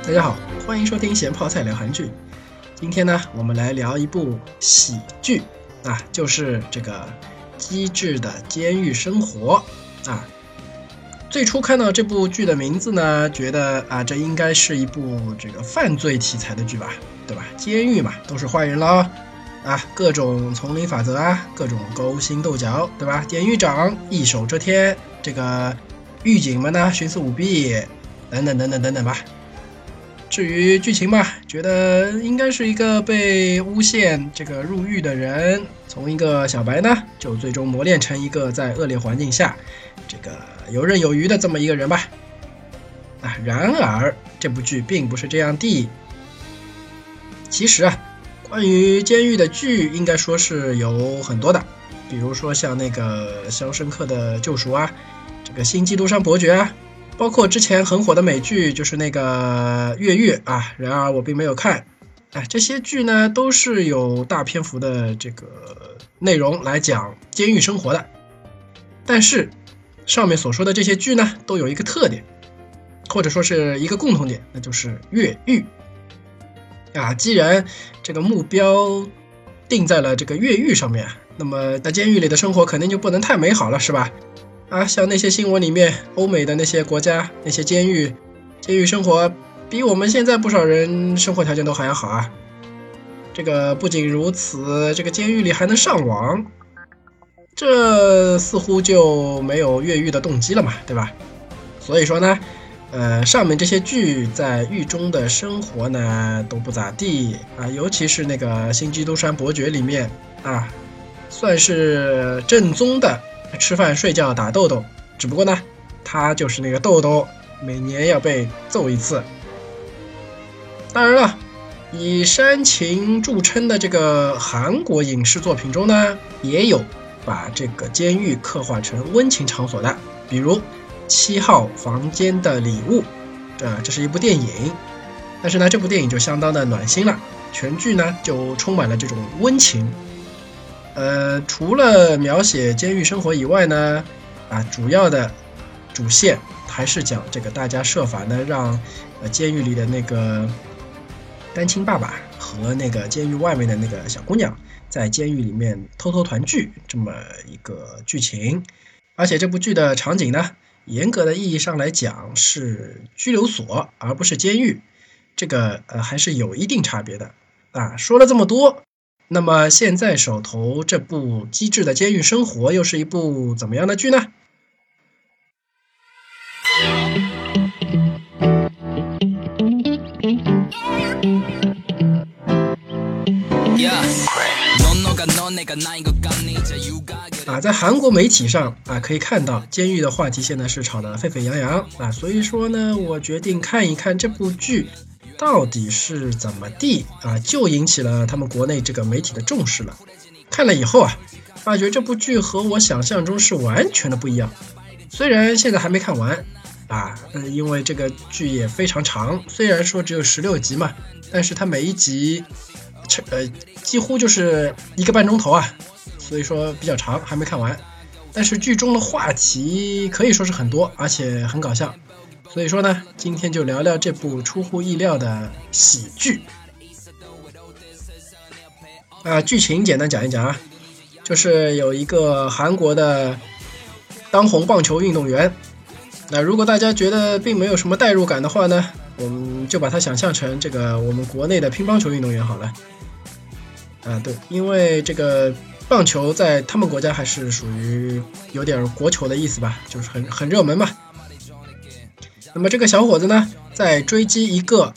大家好，欢迎收听咸泡菜聊韩剧。今天呢，我们来聊一部喜剧就是这个机智的监狱生活最初看到这部剧的名字呢，觉得这应该是一部这个犯罪题材的剧吧，对吧？监狱嘛，都是坏人了各种丛林法则各种勾心斗角，对吧？典狱长一手遮天，这个狱警们呢徇私舞弊，等等吧。至于剧情嘛，觉得应该是一个被诬陷这个入狱的人，从一个小白呢，就最终磨练成一个在恶劣环境下这个游刃有余的这么一个人吧。然而这部剧并不是这样的。其实关于监狱的剧应该说是有很多的，比如说像那个《肖申克的救赎》这个《新基督山伯爵》包括之前很火的美剧就是那个越狱然而我并没有看这些剧呢都是有大篇幅的这个内容来讲监狱生活的。但是上面所说的这些剧呢都有一个特点，或者说是一个共同点，那就是越狱既然这个目标定在了这个越狱上面，那么在监狱里的生活肯定就不能太美好了，是吧？像那些新闻里面欧美的那些国家那些监狱生活比我们现在不少人生活条件都还要好这个不仅如此，这个监狱里还能上网，这似乎就没有越狱的动机了嘛，对吧？所以说呢上面这些剧在狱中的生活呢都不咋地尤其是那个新基督山伯爵里面算是正宗的吃饭睡觉打豆豆，只不过呢他就是那个豆豆每年要被揍一次。当然了，以煽情著称的这个韩国影视作品中呢，也有把这个监狱刻画成温情场所的，比如7号房间的礼物这是一部电影，但是呢这部电影就相当的暖心了，全剧呢就充满了这种温情。除了描写监狱生活以外呢主要的主线还是讲这个大家设法呢让监狱里的那个单亲爸爸和那个监狱外面的那个小姑娘在监狱里面偷偷团聚这么一个剧情。而且这部剧的场景呢严格的意义上来讲是拘留所而不是监狱，这个还是有一定差别的说了这么多，那么现在手头这部机智的监狱生活又是一部怎么样的剧呢？在韩国媒体上可以看到监狱的话题现在是吵得沸沸扬扬所以说呢我决定看一看这部剧到底是怎么地就引起了他们国内这个媒体的重视了。看了以后发觉这部剧和我想象中是完全的不一样。虽然现在还没看完因为这个剧也非常长，虽然说只有16集嘛，但是它每一集几乎就是1个半钟头所以说比较长，还没看完。但是剧中的话题可以说是很多，而且很搞笑。所以说呢，今天就聊聊这部出乎意料的喜剧。剧情简单讲一讲就是有一个韩国的当红棒球运动员。如果大家觉得并没有什么代入感的话呢，我们就把它想象成这个我们国内的乒乓球运动员好了。对，因为这个棒球在他们国家还是属于有点国球的意思吧，就是很热门嘛。那么这个小伙子呢，在追击一个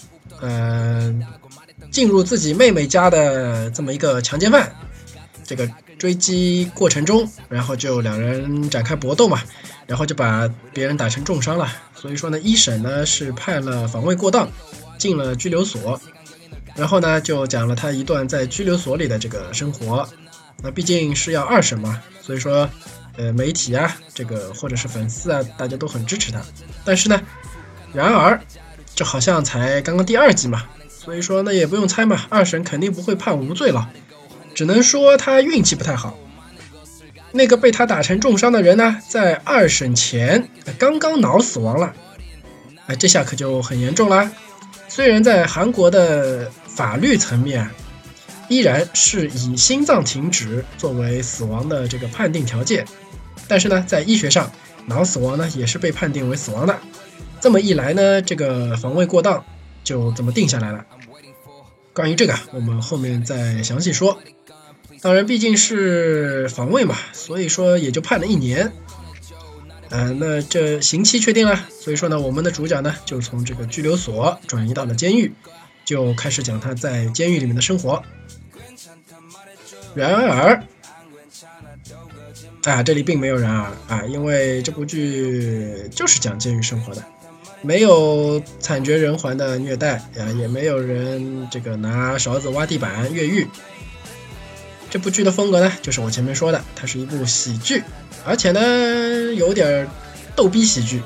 进入自己妹妹家的这么一个强奸犯，这个追击过程中，然后就两人展开搏斗嘛，然后就把别人打成重伤了。所以说呢，一审呢是判了防卫过当，进了拘留所。然后呢就讲了他一段在拘留所里的这个生活。毕竟是要2审嘛，所以说媒体这个或者是粉丝大家都很支持他。但是呢，然而这好像才刚刚第2集嘛，所以说呢也不用猜嘛，2审肯定不会判无罪了，只能说他运气不太好。那个被他打成重伤的人呢，在2审前刚刚脑死亡了，这下可就很严重了。 虽然在韩国的法律层面依然是以心脏停止作为死亡的这个判定条件，但是呢，在医学上，脑死亡呢也是被判定为死亡的。这么一来呢，这个防卫过当就这么定下来了。关于这个，我们后面再详细说。当然，毕竟是防卫嘛，所以说也就判了1年。那这刑期确定了，所以说呢，我们的主角呢就从这个拘留所转移到了监狱，就开始讲他在监狱里面的生活。然而这里并没有然而因为这部剧就是讲监狱生活的，没有惨绝人寰的虐待也没有人这个拿勺子挖地板越狱。这部剧的风格呢，就是我前面说的，它是一部喜剧，而且呢有点逗逼喜剧。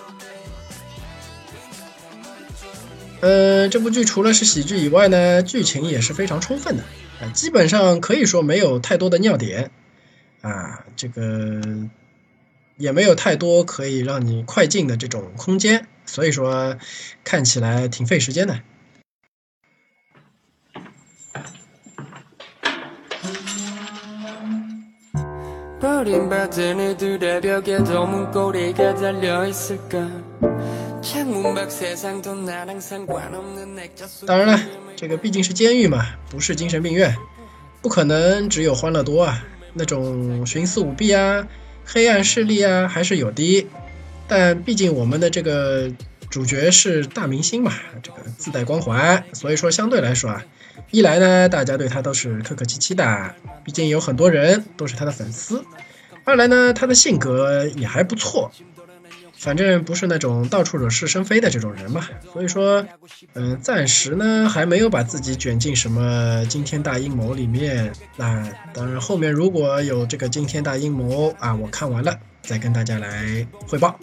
这部剧除了是喜剧以外呢，剧情也是非常充分的，基本上可以说没有太多的尿点这个也没有太多可以让你快进的这种空间，所以说看起来挺费时间的。当然了，这个毕竟是监狱嘛，不是精神病院，不可能只有欢乐多那种徇私舞弊黑暗势力还是有的。但毕竟我们的这个主角是大明星嘛，这个自带光环，所以说相对来说一来呢，大家对他都是客客气气的，毕竟有很多人都是他的粉丝；二来呢，他的性格也还不错，反正不是那种到处惹是生非的这种人嘛，所以说暂时呢还没有把自己卷进什么惊天大阴谋里面。那当然后面如果有这个惊天大阴谋我看完了再跟大家来汇报。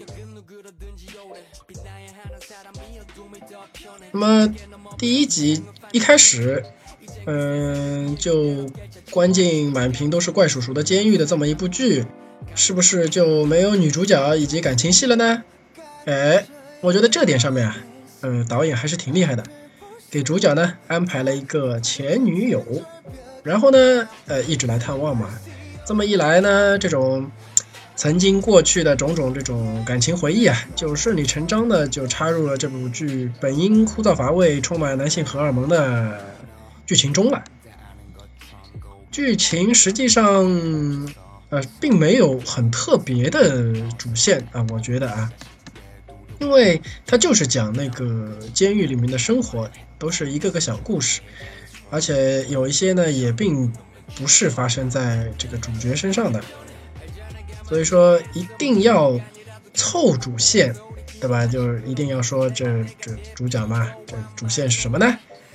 那么第1集一开始就关进满屏都是怪叔叔的监狱的这么一部剧，是不是就没有女主角以及感情戏了呢？我觉得这点上面导演还是挺厉害的，给主角呢安排了一个前女友，然后呢一直来探望嘛。这么一来呢，这种曾经过去的种种这种感情回忆就顺理成章的就插入了这部剧本应枯燥乏味、充满男性荷尔蒙的剧情中了。剧情实际上并没有很特别的主线我觉得因为它就是讲那个监狱里面的生活，都是一个个小故事，而且有一些呢也并不是发生在这个主角身上的，所以说一定要凑主线，对吧？就是一定要说这主角嘛，这主线是什么呢？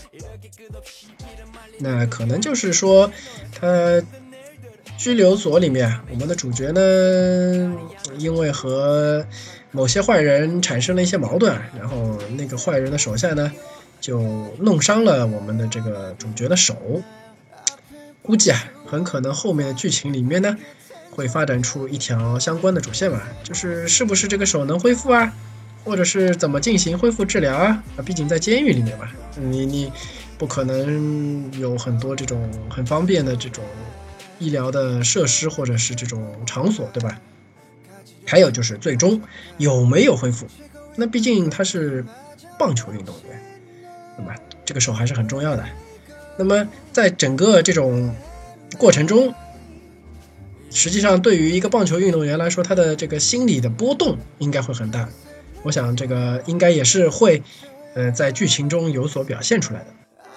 那可能就是说他拘留所里面我们的主角呢因为和某些坏人产生了一些矛盾，然后那个坏人的手下呢就弄伤了我们的这个主角的手，估计很可能后面的剧情里面呢会发展出一条相关的主线嘛，就是是不是这个手能恢复或者是怎么进行恢复治疗毕竟在监狱里面嘛，你不可能有很多这种很方便的这种医疗的设施或者是这种场所，对吧？还有就是最终有没有恢复，那毕竟他是棒球运动员，对吧？这个手还是很重要的。那么在整个这种过程中，实际上对于一个棒球运动员来说，他的这个心理的波动应该会很大，我想这个应该也是会在剧情中有所表现出来的。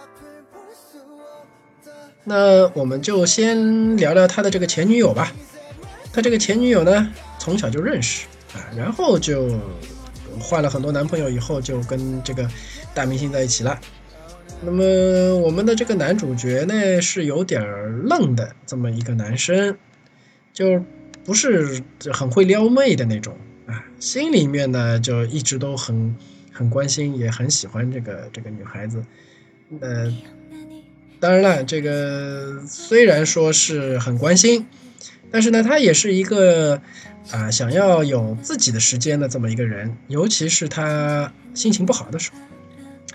那我们就先聊聊他的这个前女友吧。他这个前女友呢从小就认识然后就换了很多男朋友以后就跟这个大明星在一起了。那么我们的这个男主角呢是有点愣的这么一个男生，就不是很会撩妹的那种心里面呢就一直都很关心，也很喜欢这个女孩子。当然了，这个虽然说是很关心，但是呢他也是一个想要有自己的时间的这么一个人，尤其是他心情不好的时候，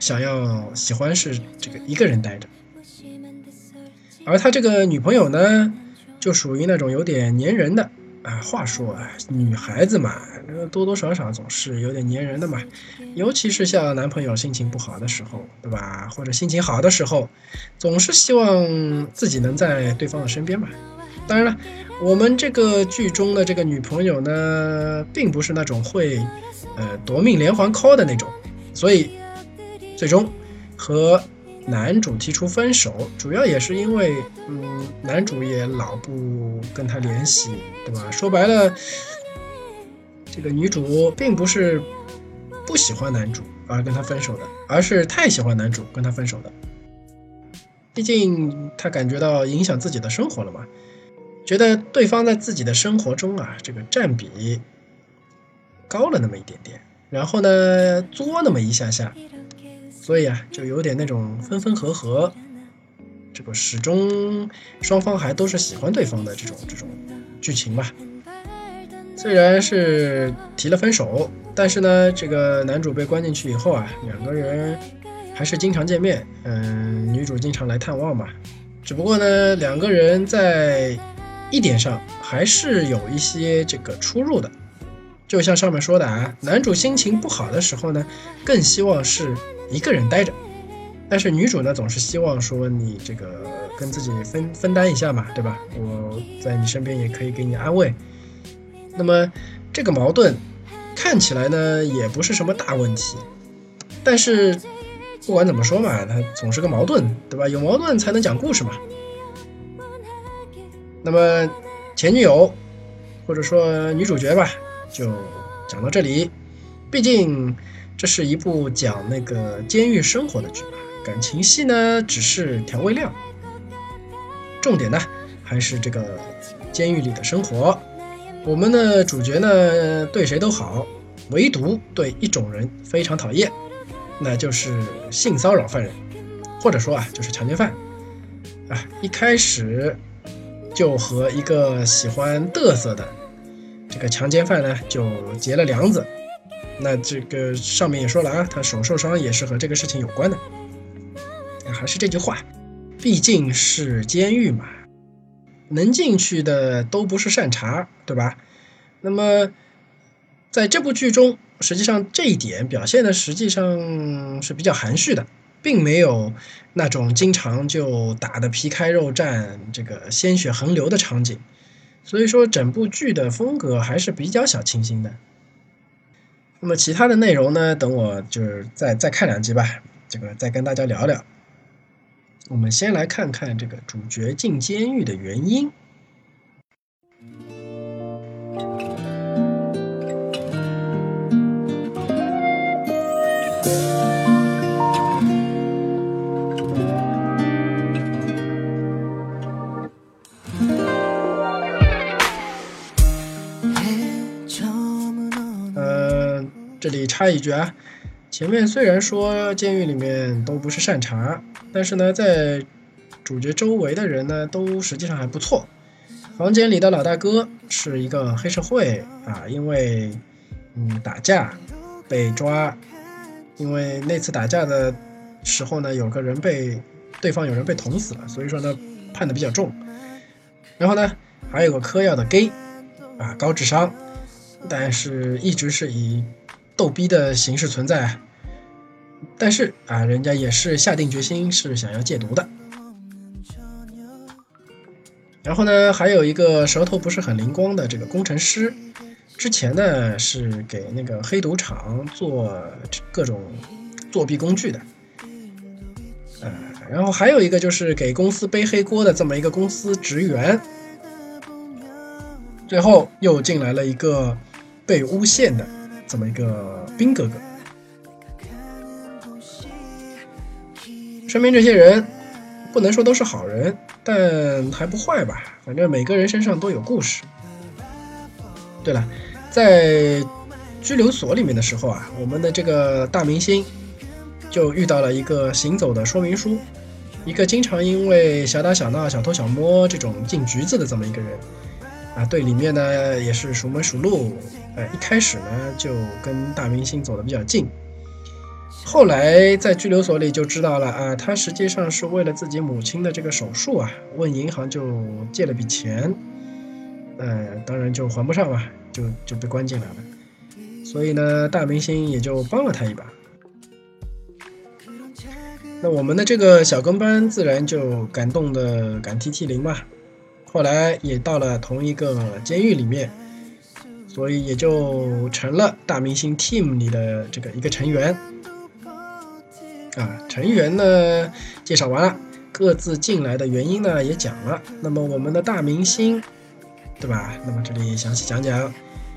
想要喜欢是这个一个人待着，而他这个女朋友呢，就属于那种有点粘人的啊。话说啊，女孩子嘛，多多少少总是有点粘人的嘛，尤其是像男朋友心情不好的时候，对吧？或者心情好的时候，总是希望自己能在对方的身边嘛。当然了，我们这个剧中的这个女朋友呢，并不是那种会夺命连环 call 的那种，所以最终和男主提出分手，主要也是因为男主也老不跟他联系，对吧？说白了，这个女主并不是不喜欢男主而跟他分手的，而是太喜欢男主跟他分手的。毕竟他感觉到影响自己的生活了嘛，觉得对方在自己的生活中啊，这个占比高了那么一点点，然后呢作那么一下下，所以啊就有点那种分分合合，这个始终双方还都是喜欢对方的这种剧情吧。虽然是提了分手，但是呢这个男主被关进去以后啊，两个人还是经常见面，女主经常来探望嘛。只不过呢两个人在一点上还是有一些这个出入的。就像上面说的啊，男主心情不好的时候呢，更希望是一个人待着，但是女主呢，总是希望说你这个跟自己分担一下嘛，对吧？我在你身边也可以给你安慰。那么这个矛盾看起来呢，也不是什么大问题，但是不管怎么说嘛，它总是个矛盾，对吧？有矛盾才能讲故事嘛。那么前女友或者说女主角吧，就讲到这里。毕竟这是一部讲那个监狱生活的剧嘛，感情戏呢只是调味料，重点呢还是这个监狱里的生活。我们的主角呢对谁都好，唯独对一种人非常讨厌，那就是性骚扰犯人，或者说啊就是强奸犯啊。一开始就和一个喜欢嘚瑟的这个强奸犯呢就结了梁子。那这个上面也说了啊，他手受伤也是和这个事情有关的。还是这句话，毕竟是监狱嘛，能进去的都不是善茬，对吧？那么在这部剧中，实际上这一点表现的实际上是比较含蓄的，并没有那种经常就打得皮开肉绽，这个鲜血横流的场景。所以说整部剧的风格还是比较小清新的。那么其他的内容呢，等我就是再看2集吧，这个再跟大家聊聊。我们先来看看这个主角进监狱的原因。这里插一句啊，前面虽然说监狱里面都不是善茬，但是呢，在主角周围的人呢，都实际上还不错。房间里的老大哥是一个黑社会啊，因为打架被抓，因为那次打架的时候呢，对方有人被捅死了，所以说呢判的比较重。然后呢，还有个嗑药的 gay 啊，高智商，但是一直是以逗逼的形式存在，但是啊，人家也是下定决心是想要戒毒的。然后呢，还有一个舌头不是很灵光的这个工程师，之前呢是给那个黑赌场做各种作弊工具的，然后还有一个就是给公司背黑锅的这么一个公司职员。最后又进来了一个被诬陷的这么一个兵哥哥。身边这些人不能说都是好人，但还不坏吧，反正每个人身上都有故事。对了，在拘留所里面的时候啊，我们的这个大明星就遇到了一个行走的说明书，一个经常因为小打小闹小偷小摸这种进局子的这么一个人啊，对里面呢也是熟门熟路，一开始呢就跟大明星走得比较近。 后来在拘留所里就知道了啊，他实际上是为了自己母亲的这个手术啊，问银行就借了笔钱，当然就还不上嘛，就被关进来了。所以呢，大明星也就帮了他一把。那我们的这个小跟班自然就感动的感涕涕零嘛，后来也到了同一个监狱里面，所以也就成了大明星 team 里的这个一个成员。成员呢介绍完了，各自进来的原因呢也讲了。那么我们的大明星，对吧？那么这里详细讲讲，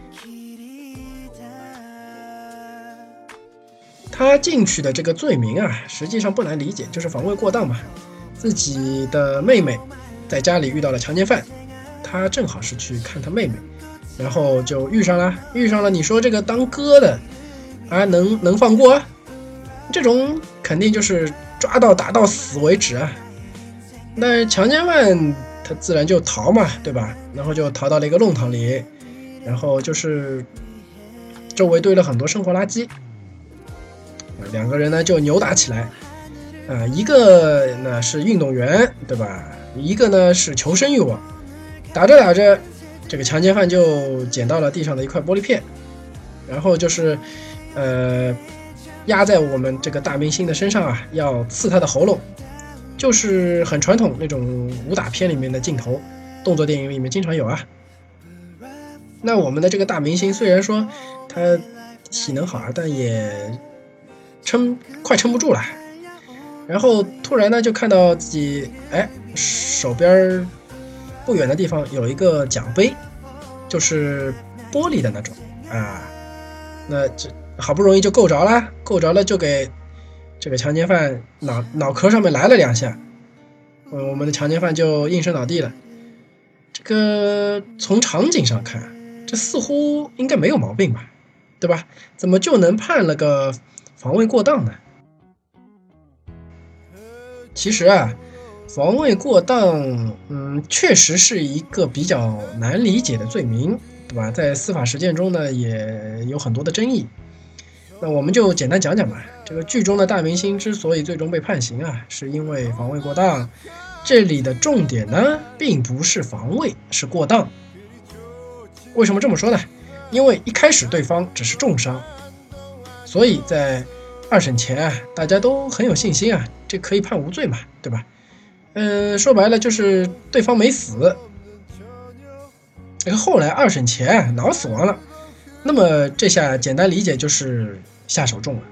他进去的这个罪名啊，实际上不难理解，就是防卫过当嘛。自己的妹妹在家里遇到了强奸犯，他正好是去看他妹妹，然后就遇上了。你说这个当哥的啊，能放过啊？这种肯定就是抓到打到死为止啊。那强奸犯他自然就逃嘛，对吧？然后就逃到了一个弄堂里，然后就是周围堆了很多生活垃圾，两个人呢就扭打起来。一个呢是运动员，对吧？一个呢是求生欲望。打着打着，这个强奸犯就捡到了地上的一块玻璃片，然后就是压在我们这个大明星的身上啊，要刺他的喉咙，就是很传统那种武打片里面的镜头，动作电影里面经常有啊。那我们的这个大明星虽然说他体能好啊，但也快撑不住了。然后突然呢，就看到自己手边不远的地方有一个奖杯，就是玻璃的那种啊。那这好不容易就够着了，就给这个强奸犯脑壳上面来了2下，我们的强奸犯就应声倒地了。这个从场景上看，这似乎应该没有毛病吧，对吧？怎么就能判了个防卫过当呢？其实啊，防卫过当，确实是一个比较难理解的罪名，对吧？在司法实践中呢，也有很多的争议。那我们就简单讲讲吧。这个剧中的大明星之所以最终被判刑啊，是因为防卫过当。这里的重点呢，并不是防卫，是过当。为什么这么说呢？因为一开始对方只是重伤，所以在2审前啊，大家都很有信心啊，这可以判无罪嘛，对吧？说白了就是对方没死。后来2审前脑死亡了，那么这下简单理解就是下手重了。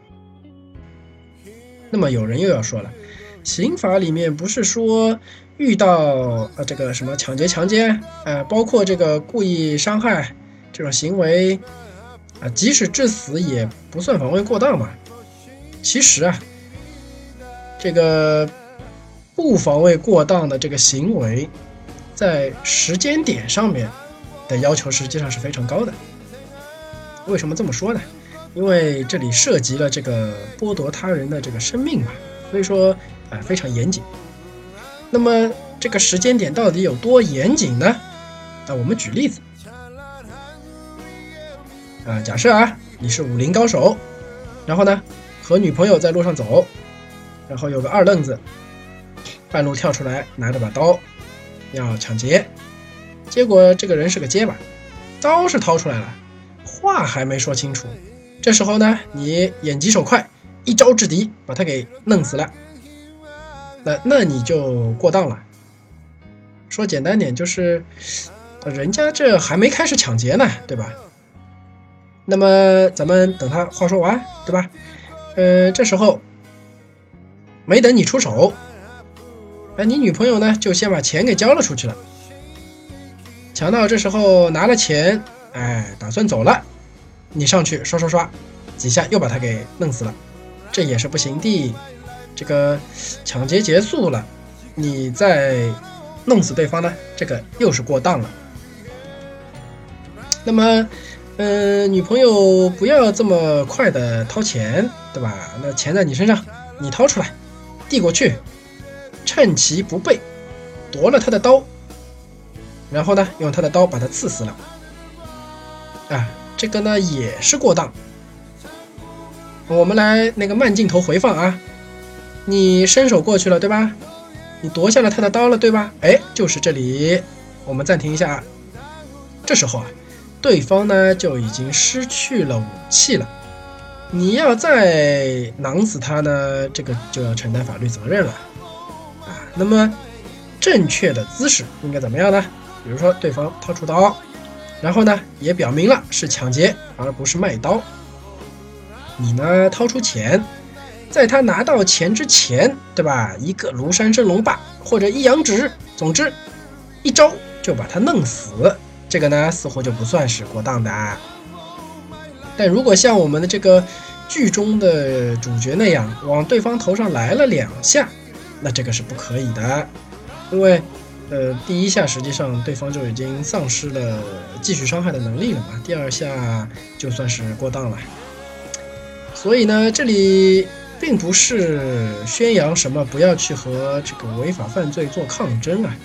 那么有人又要说了，刑法里面不是说遇到这个什么抢劫、强奸，包括这个故意伤害这种行为即使致死也不算防卫过当嘛？其实啊，这个不防卫过当的这个行为，在时间点上面的要求实际上是非常高的。为什么这么说呢？因为这里涉及了这个剥夺他人的这个生命嘛，所以说非常严谨。那么这个时间点到底有多严谨呢？我们举例子假设你是武林高手，然后呢和女朋友在路上走，然后有个二愣子半路跳出来拿着把刀要抢劫，结果这个人是个结巴，刀是掏出来了，话还没说清楚，这时候呢你眼疾手快，一招制敌把他给弄死了，那你就过当了。说简单点就是人家这还没开始抢劫呢，对吧？那么咱们等他话说完，对吧？这时候没等你出手，你女朋友呢就先把钱给交了出去了。强盗这时候拿了钱，打算走了，你上去刷几下又把他给弄死了，这也是不行的。这个抢劫结束了，你再弄死对方呢，这个又是过当了。那么女朋友不要这么快的掏钱，对吧？那钱在你身上，你掏出来递过去，趁其不备夺了他的刀，然后呢用他的刀把他刺死了。这个呢也是过当。 我们来那个慢镜头回放啊，你伸手过去了，对吧？你夺下了他的刀了，对吧？哎，就是这里，我们暂停一下啊。这时候啊，对方呢就已经失去了武器了。你要再囊死他呢，这个就要承担法律责任了啊。那么正确的姿势应该怎么样呢？比如说对方掏出刀，然后呢也表明了是抢劫而不是卖刀。你呢掏出钱，在他拿到钱之前，对吧？一个庐山升龙霸或者一阳指，总之一招就把他弄死，这个呢似乎就不算是过当的啊。但如果像我们的这个剧中的主角那样往对方头上来了2下，那这个是不可以的，因为第一下实际上对方就已经丧失了继续伤害的能力了嘛，第2下就算是过当了。所以呢，这里并不是宣扬什么不要去和这个违法犯罪做抗争啊，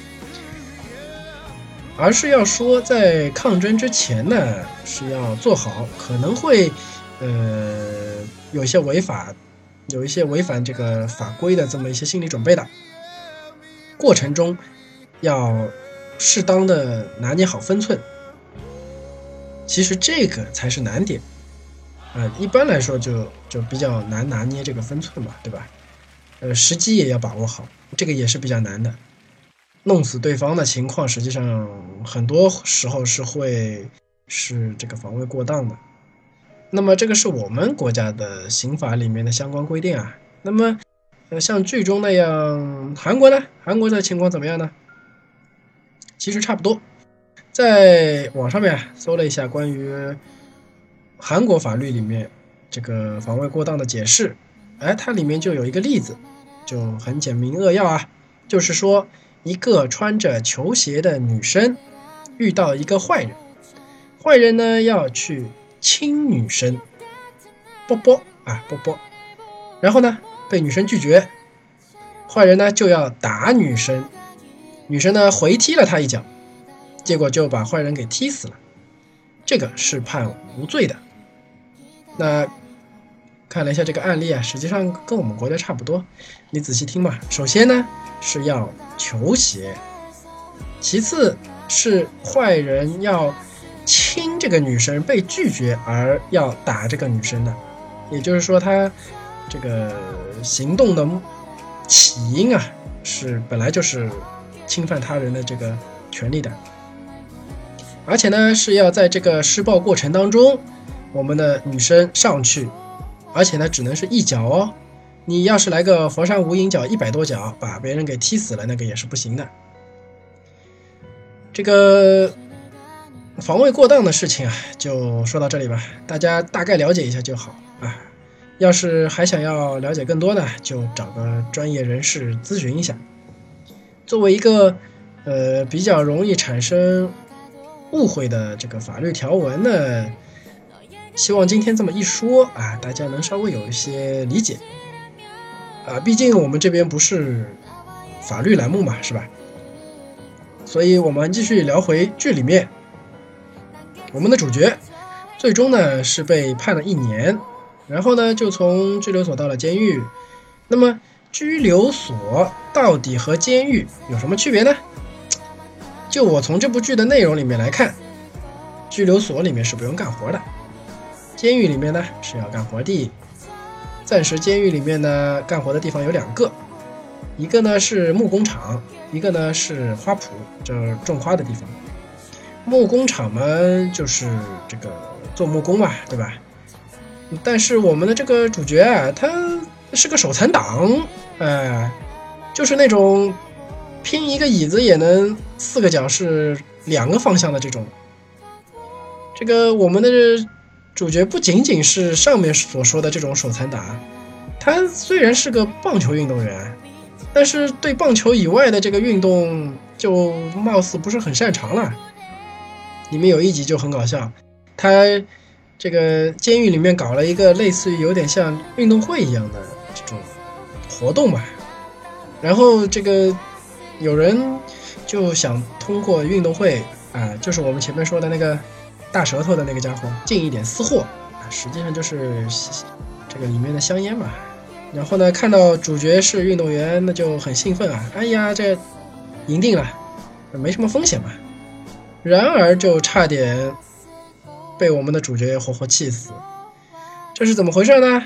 而是要说在抗争之前呢，是要做好可能会有一些违反这个法规的这么一些心理准备的，过程中要适当的拿捏好分寸。其实这个才是难点一般来说就比较难拿捏这个分寸嘛，对吧？时机也要把握好，这个也是比较难的。弄死对方的情况，实际上很多时候是这个防卫过当的。那么这个是我们国家的刑法里面的相关规定啊。那么像剧中那样，韩国呢？韩国的情况怎么样呢？其实差不多。在网上面搜了一下关于韩国法律里面这个防卫过当的解释，它里面就有一个例子，就很简明扼要啊，就是说一个穿着球鞋的女生遇到一个坏人，坏人呢要去亲女生，啵啵，然后呢被女生拒绝，坏人呢就要打女生，女生呢回踢了他一脚，结果就把坏人给踢死了，这个是判无罪的。那看了一下这个案例啊，实际上跟我们国家差不多。你仔细听嘛，首先呢是要球鞋，其次是坏人要亲这个女生被拒绝而要打这个女生的，也就是说他这个行动的起因啊是本来就是侵犯他人的这个权利的，而且呢是要在这个施暴过程当中，我们的女生上去，而且呢只能是一脚哦，你要是来个佛山无影脚100多脚把别人给踢死了，那个也是不行的。这个防卫过当的事情啊就说到这里吧，大家大概了解一下就好啊。要是还想要了解更多呢，就找个专业人士咨询一下。作为一个比较容易产生误会的这个法律条文呢，希望今天这么一说啊，大家能稍微有一些理解啊。毕竟我们这边不是法律栏目嘛，是吧？所以我们继续聊回剧里面，我们的主角最终呢是被判了1年，然后呢就从拘留所到了监狱。那么拘留所到底和监狱有什么区别呢？就我从这部剧的内容里面来看，拘留所里面是不用干活的，监狱里面呢是要干活的。暂时监狱里面呢干活的地方有2个，一个呢是木工厂，一个呢是花圃，就是种花的地方。木工厂嘛就是这个做木工嘛，对吧？但是我们的这个主角啊，他是个手残党，就是那种拼一个椅子也能4个脚是2个方向的这种。这个我们的主角不仅仅是上面所说的这种手残党，他虽然是个棒球运动员，但是对棒球以外的这个运动就貌似不是很擅长了。里面有一集就很搞笑，他这个监狱里面搞了一个类似于有点像运动会一样的这种活动嘛，然后这个有人就想通过运动会就是我们前面说的那个大舌头的那个家伙进一点私货实际上就是这这个里面的香烟嘛。然后呢，看到主角是运动员，那就很兴奋啊！哎呀，这赢定了，没什么风险嘛。然而就差点被我们的主角活活气死，这是怎么回事呢？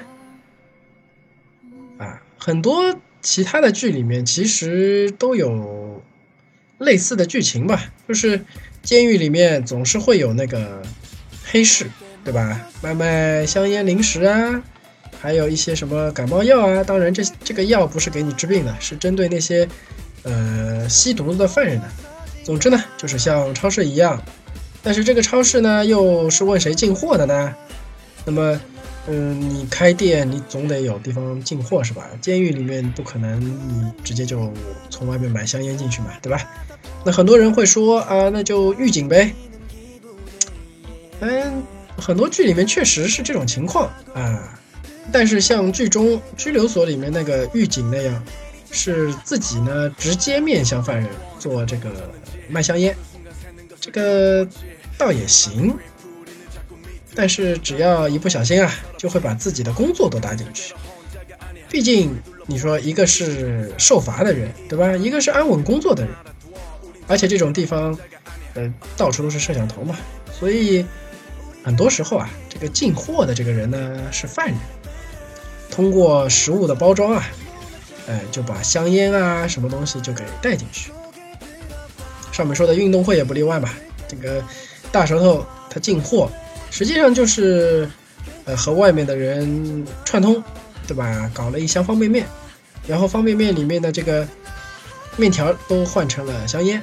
很多其他的剧里面其实都有类似的剧情吧，就是监狱里面总是会有那个黑市，对吧？卖香烟、零食啊，还有一些什么感冒药啊。当然这个药不是给你治病的，是针对那些吸毒的犯人的。总之呢，就是像超市一样，但是这个超市呢又是问谁进货的呢？那么你开店你总得有地方进货是吧？监狱里面不可能你直接就从外面买香烟进去嘛，对吧？那很多人会说那就狱警呗。很多剧里面确实是这种情况但是像剧中拘留所里面那个狱警那样，是自己呢直接面向犯人做这个卖香烟，这个倒也行。但是只要一不小心就会把自己的工作都搭进去。毕竟你说一个是受罚的人，对吧？一个是安稳工作的人，而且这种地方到处都是摄像头嘛，所以很多时候这个进货的这个人呢是犯人，通过食物的包装就把香烟什么东西就给带进去。上面说的运动会也不例外嘛，这个大舌头他进货实际上就是和外面的人串通，对吧？搞了一箱方便面，然后方便面里面的这个面条都换成了香烟。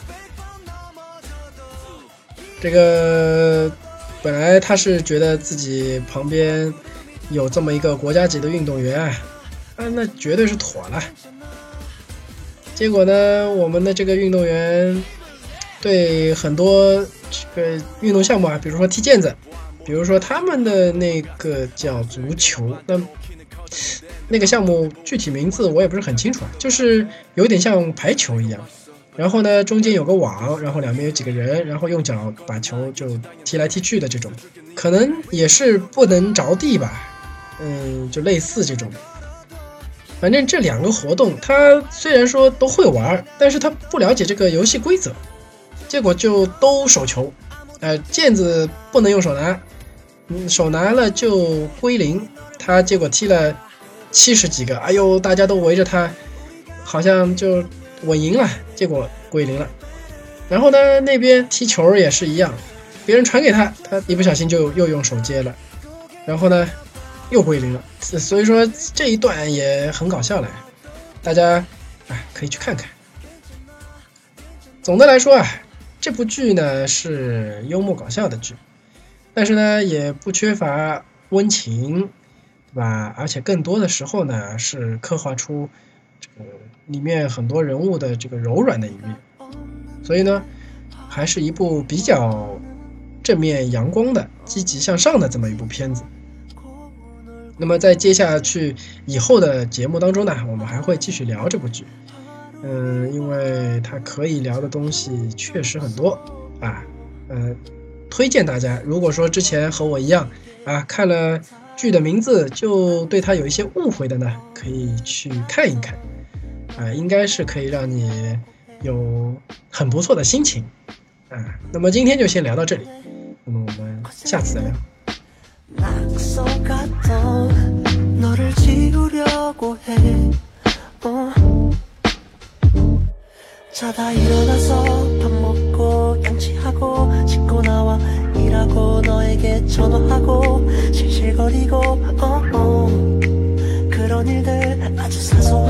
这个本来他是觉得自己旁边有这么一个国家级的运动员那绝对是妥了。结果呢，我们的这个运动员对很多这个运动项目比如说踢毽子，比如说他们的那个叫足球，那个项目具体名字我也不是很清楚就是有点像排球一样，然后呢中间有个网，然后两边有几个人，然后用脚把球就踢来踢去的这种，可能也是不能着地吧，就类似这种。反正这两个活动他虽然说都会玩，但是他不了解这个游戏规则，结果就都手球，毽子不能用手拿，手拿了就归零。他结果踢了70几个，哎呦，大家都围着他，好像就稳赢了，结果归零了。然后呢，那边踢球也是一样，别人传给他，他一不小心就又用手接了，然后呢又归零了。所以说这一段也很搞笑了，大家可以去看看。总的来说这部剧呢是幽默搞笑的剧，但是呢也不缺乏温情，对吧？而且更多的时候呢是刻画出这个里面很多人物的这个柔软的一面，所以呢还是一部比较正面阳光的积极向上的这么一部片子。那么在接下去以后的节目当中呢，我们还会继续聊这部剧，因为它可以聊的东西确实很多推荐大家，如果说之前和我一样看了剧的名字就对它有一些误会的呢，可以去看一看应该是可以让你有很不错的心情那么今天就先聊到这里，那么我们下次再聊。 낙서갔던 너를 지우려고 해 자다 일어나서 밥 먹고 양치하고 씻고 나와 일하고 너에게 전화하고 실실거리고 그런 일들 아주 사소한